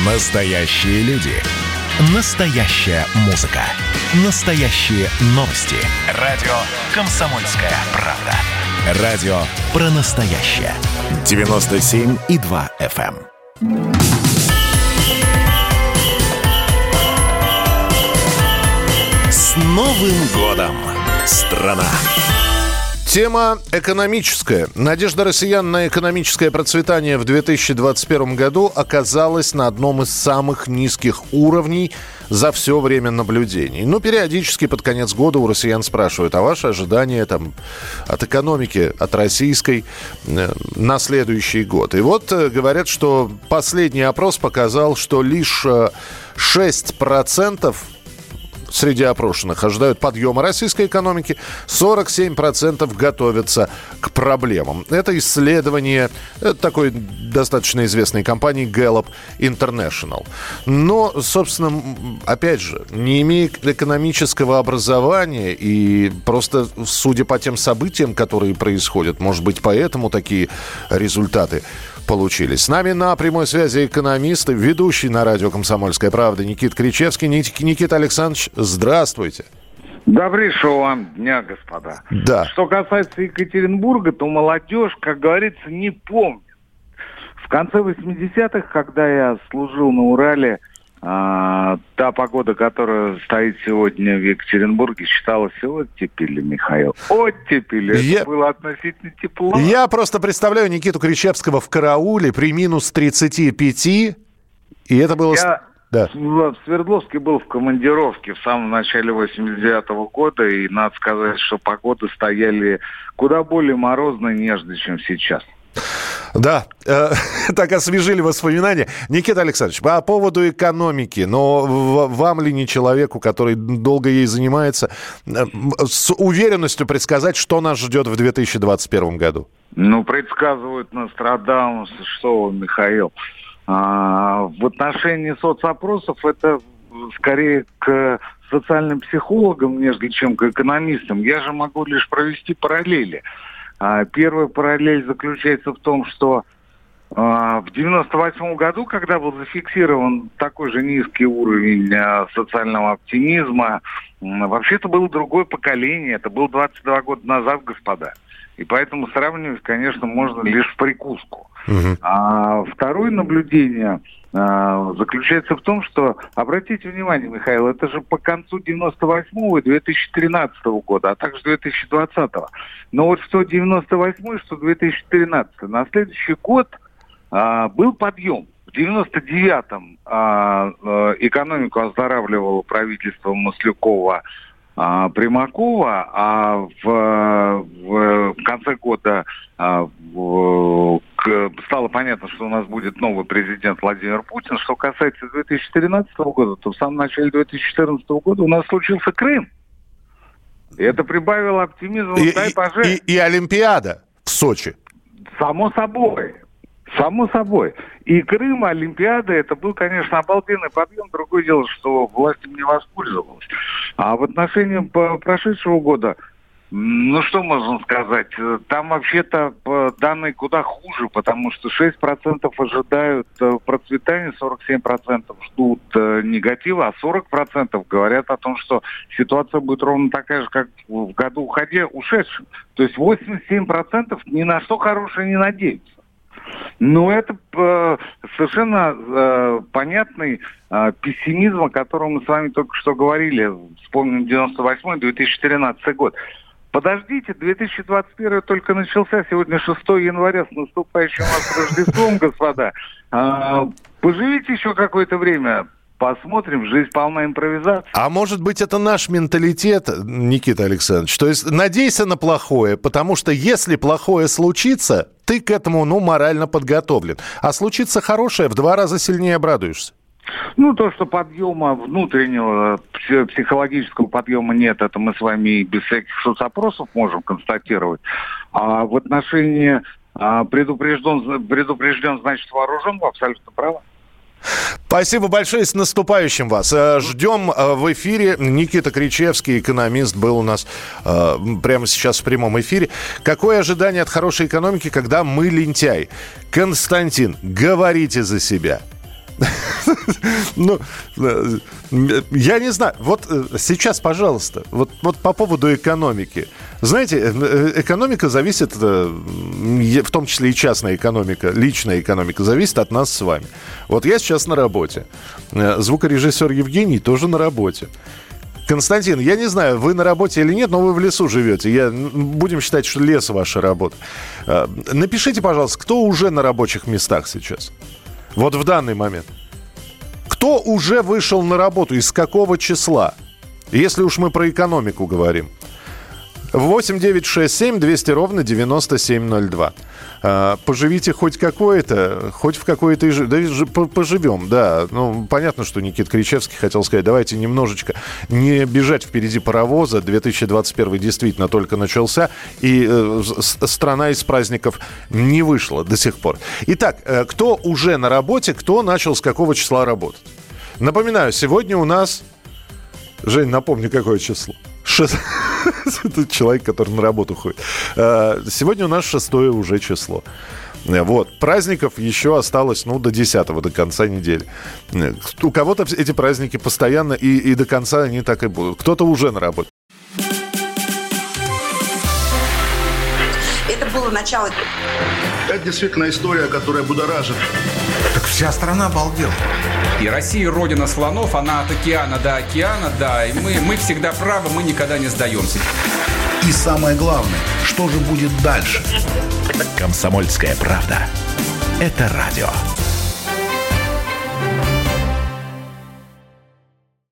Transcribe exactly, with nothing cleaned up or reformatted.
Настоящие люди. Настоящая музыка. Настоящие новости. Радио «Комсомольская правда». Радио про настоящее. девяносто семь и два эф эм. С Новым годом, страна! Тема экономическая. Надежда россиян на экономическое процветание в две тысячи двадцать первом году оказалась на одном из самых низких уровней за все время наблюдений. Ну, периодически под конец года у россиян спрашивают, а ваши ожидания там, от экономики, от российской э, на следующий год? И вот э, говорят, что последний опрос показал, что лишь э, шесть процентов среди опрошенных ожидают подъема российской экономики, сорок семь процентов готовятся к проблемам. Это исследование такой достаточно известной компании Gallup International. Но, собственно, опять же, не имея экономического образования и просто судя по тем событиям, которые происходят, может быть, поэтому такие результаты получились. С нами на прямой связи экономист, ведущий на радио «Комсомольская правда» Никита Кричевский. Никита Александрович, здравствуйте. Добрейшего вам дня, господа. Да. Что касается Екатеринбурга, то молодежь, как говорится, не помнит. В конце восьмидесятых, когда я служил на Урале, а, та погода, которая стоит сегодня в Екатеринбурге, считалась оттепелью, Михаил. Оттепелью. Я... Это было относительно тепло. Я просто представляю Никиту Кричевского в карауле при минус тридцати пяти, и это было... Я да. в Свердловске был в командировке в самом начале восемьдесят девятого года, и надо сказать, что погоды стояли куда более морозные, нежели чем сейчас. Да, э, так освежили воспоминания. Никита Александрович, по поводу экономики, но в, вам ли не человеку, который долго ей занимается, э, с уверенностью предсказать, что нас ждет в две тысячи двадцать первом году? Ну, предсказывают Нострадамус, что вы, Михаил. А, в отношении соцопросов это скорее к социальным психологам, нежели чем к экономистам. Я же могу лишь провести параллели. Первая параллель заключается в том, что э, в девяносто восьмом году, когда был зафиксирован такой же низкий уровень э, социального оптимизма, э, вообще-то было другое поколение, это было двадцать два года назад, господа. И поэтому сравнивать, конечно, можно лишь в прикуску. Uh-huh. А второе наблюдение э, заключается в том, что, обратите внимание, Михаил, это же по концу девяносто восьмого и две тысячи тринадцатого года, а также две тысячи двадцатого. Но вот что девяносто восьмой, что две тысячи тринадцатый, на следующий год э, был подъем. В девяносто девятом э, э, экономику оздоравливало правительство Маслякова, Примакова, а в, в конце года а, в, к, стало понятно, что у нас будет новый президент Владимир Путин. Что касается две тысячи тринадцатого года, то в самом начале две тысячи четырнадцатого года у нас случился Крым. И это прибавило оптимизм. И, дай и, и, и Олимпиада в Сочи. Само собой. Само собой. И Крым, Олимпиада, это был, конечно, обалденный подъем. Другое дело, что власть им не воспользовалась. А в отношении прошедшего года, ну что можно сказать, там вообще-то данные куда хуже, потому что шесть процентов ожидают процветания, сорок семь процентов ждут негатива, а сорок процентов говорят о том, что ситуация будет ровно такая же, как в году уходя, ушедшем. То есть восемьдесят семь процентов ни на что хорошее не надеются. Но это э, совершенно э, понятный э, пессимизм, о котором мы с вами только что говорили. Вспомним девяносто восьмой - две тысячи тринадцатый год. Подождите, две тысячи двадцать первый только начался. Сегодня шестого января, с наступающим вас Рождеством, господа. Э, поживите еще какое-то время. Посмотрим, жизнь полна импровизации. А может быть, это наш менталитет, Никита Александрович? То есть надейся на плохое, потому что если плохое случится, ты к этому, ну, морально подготовлен. А случится хорошее, в два раза сильнее обрадуешься. Ну, то, что подъема внутреннего, психологического подъема нет, это мы с вами и без всяких соцопросов можем констатировать. А в отношении а, предупрежден, предупрежден, значит вооружен, вы абсолютно правы. Спасибо большое, с наступающим вас. Ждем в эфире. Никита Кричевский, экономист, был у нас э, прямо сейчас в прямом эфире. Какое ожидание от хорошей экономики, когда мы лентяй? Константин, говорите за себя. Ну, я не знаю. Вот сейчас, пожалуйста, вот, вот по поводу экономики. Знаете, экономика зависит, в том числе и частная экономика, личная экономика, зависит от нас с вами. Вот я сейчас на работе. Звукорежиссер Евгений тоже на работе. Константин, я не знаю, вы на работе или нет, но вы в лесу живете. Я, будем считать, что лес ваша работа. Напишите, пожалуйста, кто уже на рабочих местах сейчас? Вот в данный момент. Кто уже вышел на работу? Из какого числа? Если уж мы про экономику говорим. восемь девятьсот шестьдесят семь двести ровно девяносто семь ноль два. Поживите хоть какое-то, хоть в какое-то... Да, поживем, да. Ну, понятно, что Никита Кричевский хотел сказать, давайте немножечко не бежать впереди паровоза. две тысячи двадцать первый действительно только начался, и э, страна из праздников не вышла до сих пор. Итак, э, кто уже на работе, кто начал с какого числа работать? Напоминаю, сегодня у нас... Жень, напомни, какое число? Шест... Это человек, который на работу ходит. Сегодня у нас шестое уже число. Вот. Праздников еще осталось, ну, до десятого, до конца недели. У кого-то эти праздники постоянно, и, и до конца они так и будут. Кто-то уже на работе. Это было начало. Это действительно история, которая будоражит. Так вся страна обалдела. И Россия родина слонов, она от океана до океана, да. И мы, мы всегда правы, мы никогда не сдаемся. И самое главное, что же будет дальше? «Комсомольская правда» — это радио.